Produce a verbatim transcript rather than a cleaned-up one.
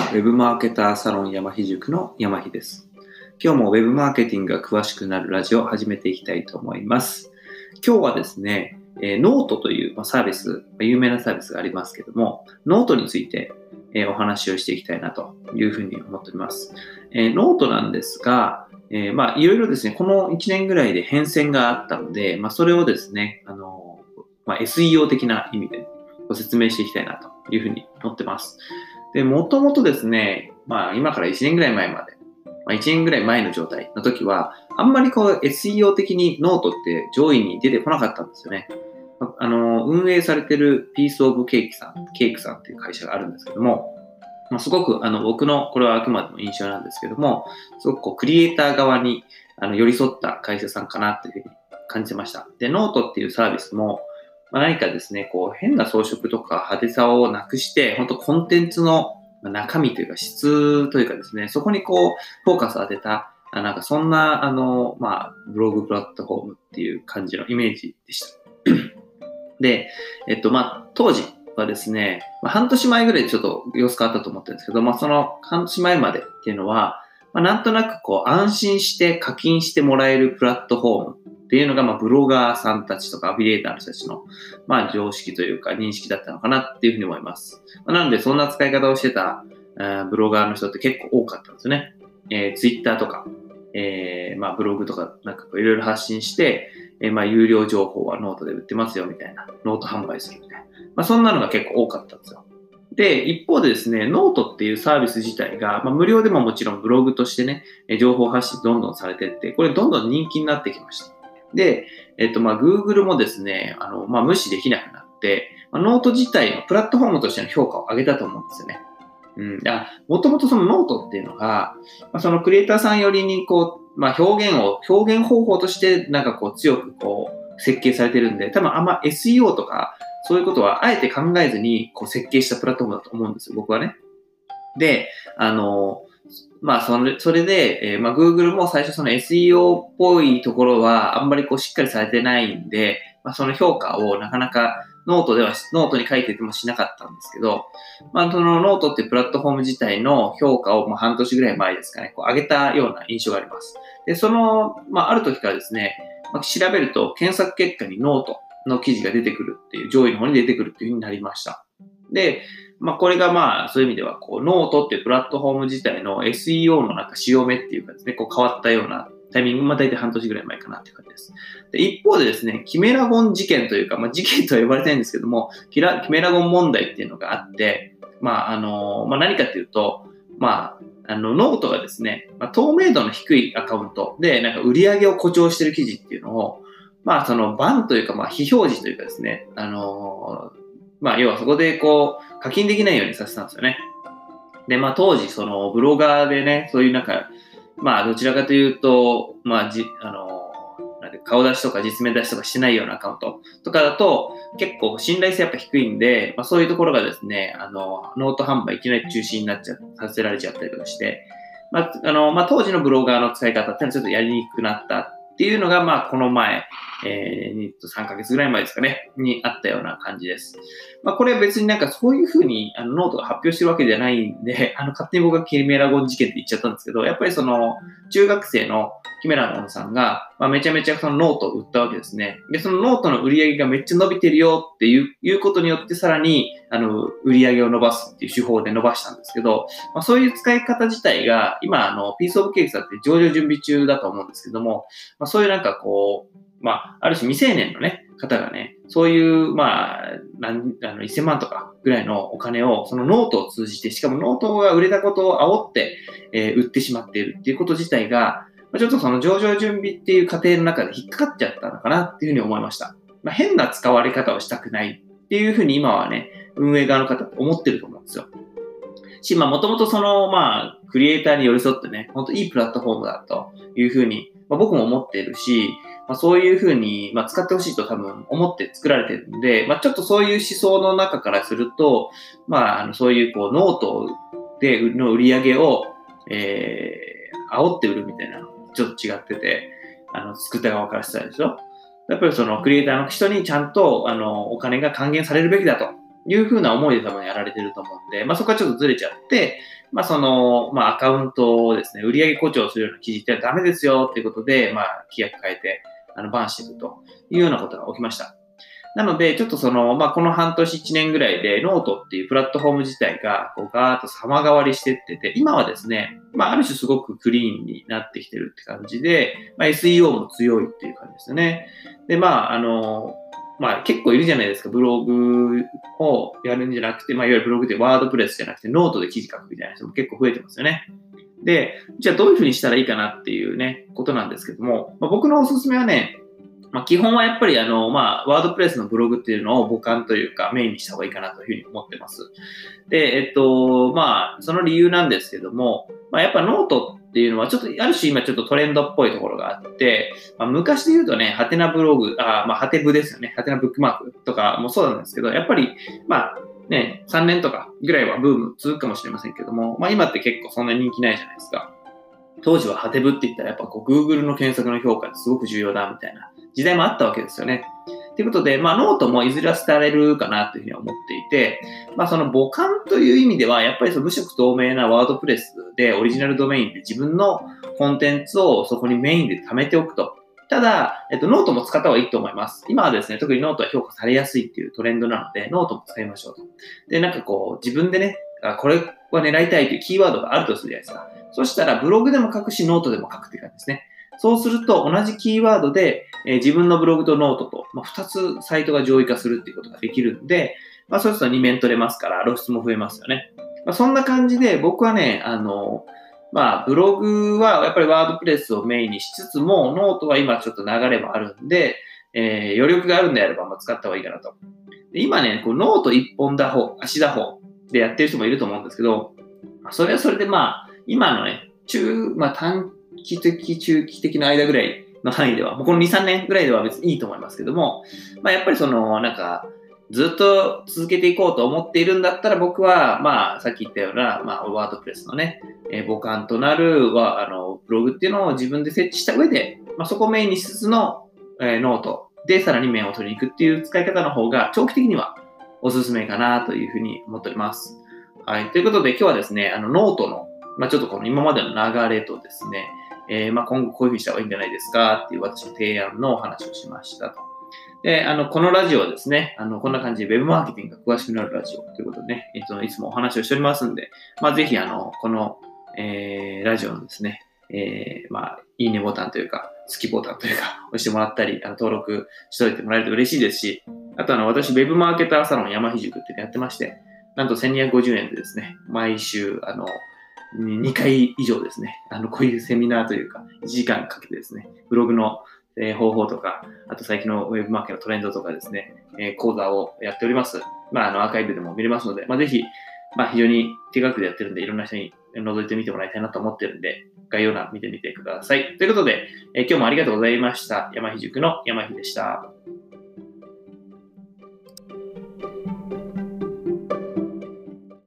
ウェブマーケターサロン山ひ塾の山ひです。今日もウェブマーケティングが詳しくなるラジオを始めていきたいと思います。今日はですね、えー、ノートという、まあ、サービス、まあ、有名なサービスがありますけども、ノートについて、えー、お話をしていきたいなというふうに思っております。えー、ノートなんですが、えー、まあいろいろですね、このいちねんぐらいで変遷があったので、まあそれをですね、あのまあ、エスイーオー 的な意味でご説明していきたいなというふうに思ってます。で、もともとですね、まあ今からいちねんぐらい前まで、まあ、いちねんぐらい前の状態の時は、あんまりこう エスイーオー 的にノートって上位に出てこなかったんですよね。あの、運営されてるピースオブケーキさん、ケークさんっていう会社があるんですけども、まあ、すごくあの僕の、これはあくまでも印象なんですけども、すごくこうクリエイター側にあの寄り添った会社さんかなというふうに感じました。で、ノートっていうサービスも、まあ、何かですね、こう変な装飾とか派手さをなくして、本当コンテンツの中身というか質というかですね、そこにこうフォーカスを当てた、なんかそんなあの、まあ、ブログプラットフォームっていう感じのイメージでした。で、えっと、まあ、当時はですね、まあ、半年前ぐらいでちょっと様子変わったと思ってるんですけど、まあ、その半年前までっていうのは、まあ、なんとなくこう安心して課金してもらえるプラットフォームっていうのが、まあ、ブロガーさんたちとかアフィリエイターの人たちの、まあ、常識というか認識だったのかなっていうふうに思います。まあ、なので、そんな使い方をしてた、えー、ブロガーの人って結構多かったんですよね。えー、Twitter とか、えー、まあ、ブログとかなんかいろいろ発信して、えー、まあ、有料情報はノートで売ってますよみたいな、ノート販売するみたいな。まあ、そんなのが結構多かったんですよ。で、一方でですね、ノートっていうサービス自体が、まあ、無料でももちろんブログとしてね、情報発信どんどんされていって、これどんどん人気になってきました。で、えっと、まあ、Google もですね、あの、まあ、無視できなくなって、まあ、ノート自体のプラットフォームとしての評価を上げたと思うんですよね。うん。もともとそのノートっていうのが、まあ、そのクリエイターさん寄りにこう、まあ、表現を、表現方法としてなんかこう強くこう設計されてるんで、多分あんま エスイーオー とかそういうことはあえて考えずにこう設計したプラットフォームだと思うんですよ、僕はね。で、あの、まあ、それ、それで、えー、まあ、Google も最初その エスイーオー っぽいところはあんまりこうしっかりされてないんで、まあ、その評価をなかなかノートでは、ノートに書いててもしなかったんですけど、まあ、そのノートっていうプラットフォーム自体の評価を、まあ、半年ぐらい前ですかね、こう上げたような印象があります。で、その、まあ、ある時からですね、まあ、調べると検索結果にノートの記事が出てくるっていう、上位の方に出てくるっていう風になりました。で、まあ、これがまあ、そういう意味では、こう、ノートっていうプラットフォーム自体の エスイーオー のなんか潮目っていうかですね、こう変わったようなタイミング、まあ大体半年ぐらい前かなっていう感じです。で、一方でですね、キメラゴン事件というか、まあ事件とは呼ばれてないんですけども、キラキメラゴン問題っていうのがあって、まああの、まあ何かっていうと、まあ、あの、ノートがですね、まあ、透明度の低いアカウントで、なんか売り上げを誇張してる記事っていうのを、まあそのバンというか、まあ非表示というかですね、あの、まあ要はそこでこう、課金できないようにさせたんですよね。で、まあ当時、そのブロガーでね、そういうなんか、まあどちらかというと、まあじ、あの、なんで顔出しとか実名出しとかしてないようなアカウントとかだと、結構信頼性やっぱ低いんで、まあそういうところがですね、あの、ノート販売いきなり中止になっちゃ、させられちゃったりとかして、まあ、あの、まあ当時のブロガーの使い方ってのはちょっとやりにくくなったっていうのが、まあこの前、えー、さんかげつぐらい前ですかね、にあったような感じです。まあこれは別になんかそういうふうにあのノートが発表してるわけじゃないんで、あの勝手に僕がキメラゴン事件って言っちゃったんですけど、やっぱりその中学生のキメラゴンさんが、まあ、めちゃめちゃそのノートを売ったわけですね。で、そのノートの売り上げがめっちゃ伸びてるよっていう、いうことによってさらに、あの、売り上げを伸ばすっていう手法で伸ばしたんですけど、まあ、そういう使い方自体が、今、あの、ピースオブケーキさんって上場準備中だと思うんですけども、まあ、そういうなんかこう、まあ、ある種未成年のね、方がね、そういう、まあ、なんあのせんまんとかぐらいのお金を、そのノートを通じて、しかもノートが売れたことを煽って、えー、売ってしまっているっていうこと自体が、ちょっとその上場準備っていう過程の中で引っかかっちゃったのかなっていうふうに思いました。まあ、変な使われ方をしたくないっていうふうに今はね、運営側の方って思ってると思うんですよ。し、まあもともとその、まあ、クリエイターに寄り添ってね、本当いいプラットフォームだというふうに、まあ、僕も思っているし、まあ、そういうふうに、まあ、使ってほしいと多分思って作られてるんで、まあ、ちょっとそういう思想の中からすると、まあ、あのそういうこうノートでの売り上げを、えー、煽って売るみたいなのちょっと違ってて、あの作った側からしたらでしょ。やっぱりそのクリエイターの人にちゃんとあのお金が還元されるべきだというふうな思いで多分やられてると思うんで、まあ、そこはちょっとずれちゃって、 まあ、その、まあ、アカウントをですね、売上誇張するような記事ってダメですよっていうことで、まあ、規約変えて、あの、バンしていくというようなことが起きました。なので、ちょっとその、まあ、この半年いちねんぐらいで、ノートっていうプラットフォーム自体が、こう、ガーッと様変わりしてってて、今はですね、まあ、ある種すごくクリーンになってきてるって感じで、まあ、エスイーオー も強いっていう感じですよね。で、まあ、あの、まあ、結構いるじゃないですか、ブログをやるんじゃなくて、まあ、いわゆるブログでワードプレスじゃなくて、ノートで記事書くみたいな人も結構増えてますよね。で、じゃあどういうふうにしたらいいかなっていうね、ことなんですけども、まあ、僕のおすすめはね、まあ、基本はやっぱりあの、まあ、ワードプレスのブログっていうのを母幹というかメインにした方がいいかなというふうに思ってます。で、えっと、まあ、その理由なんですけども、まあ、やっぱノートっていうのはちょっと、ある種今ちょっとトレンドっぽいところがあって、まあ、昔で言うとね、ハテナブログ、あまあ、ハテブですよね。ハテナブックマークとかもそうなんですけど、やっぱり、まあ、ね、さんねんとかぐらいはブーム続くかもしれませんけども、まあ今って結構そんな人気ないじゃないですか。当時はハテブって言ったらやっぱこう Google の検索の評価ってすごく重要だみたいな時代もあったわけですよね。ということで、まあノートもいずれは廃れるかなというふうに思っていて、まあその母幹という意味ではやっぱりその無色透明なワードプレスでオリジナルドメインで自分のコンテンツをそこにメインで貯めておくと。ただ、えっと、ノートも使った方がいいと思います。今はですね、特にノートは評価されやすいっていうトレンドなので、ノートも使いましょうと。で、なんかこう、自分でね、あこれは狙いたいというキーワードがあるとするじゃないですか。そしたら、ブログでも書くし、ノートでも書くっていう感じですね。そうすると、同じキーワードで、えー、自分のブログとノートと、まあ、ふたつサイトが上位化するっていうことができるんで、まあ、そうするとに面取れますから、露出も増えますよね。まあ、そんな感じで、僕はね、あの、まあ、ブログはやっぱりワードプレスをメインにしつつも、ノートは今ちょっと流れもあるんで、えー、余力があるんであれば、まあ、使った方がいいかなと。で今ね、こうノート一本打法、足打法でやってる人もいると思うんですけど、それはそれでまあ、今のね、中、まあ短期的、中期的な間ぐらいの範囲では、もうこのに、さんねんぐらいでは別にいいと思いますけども、まあやっぱりその、なんか、ずっと続けていこうと思っているんだったら僕は、まあ、さっき言ったような、まあ、ワードプレスのね、えー、母幹となるは、あの、ブログっていうのを自分で設置した上で、まあ、そこをメインにしつつの、えー、ノートでさらに面を取りに行くっていう使い方の方が、長期的にはおすすめかなというふうに思っております。はい。ということで、今日はですね、あの、ノートの、まあ、ちょっとこの今までの流れとですね、えー、まあ、今後こういうふうにした方がいいんじゃないですかっていう私の提案のお話をしましたと。で、あの、このラジオはですね、あの、こんな感じで Web マーケティングが詳しくなるラジオということでね、えっと、いつもお話をしておりますんで、まあ、ぜひ、あの、この、えー、ラジオのですね、えー、まあ、いいねボタンというか、好きボタンというか、押してもらったり、あの登録しておいてもらえると嬉しいですし、あとあの、私、Web マーケターサロン山ひ塾ってやってまして、なんとせんにひゃくごじゅうえんでですね、毎週、あの、にかい以上ですね、あの、こういうセミナーというか、いちじかんかけてですね、ブログのえー、方法とか、あと最近のウェブマーケのトレンドとかですね、えー、講座をやっております。まあ、あの、アーカイブでも見れますので、まあ、ぜひ、まあ、非常に手額でやってるんで、いろんな人に覗いてみてもらいたいなと思ってるんで、概要欄見てみてください。ということで、えー、今日もありがとうございました。山ひ塾の山ひでした。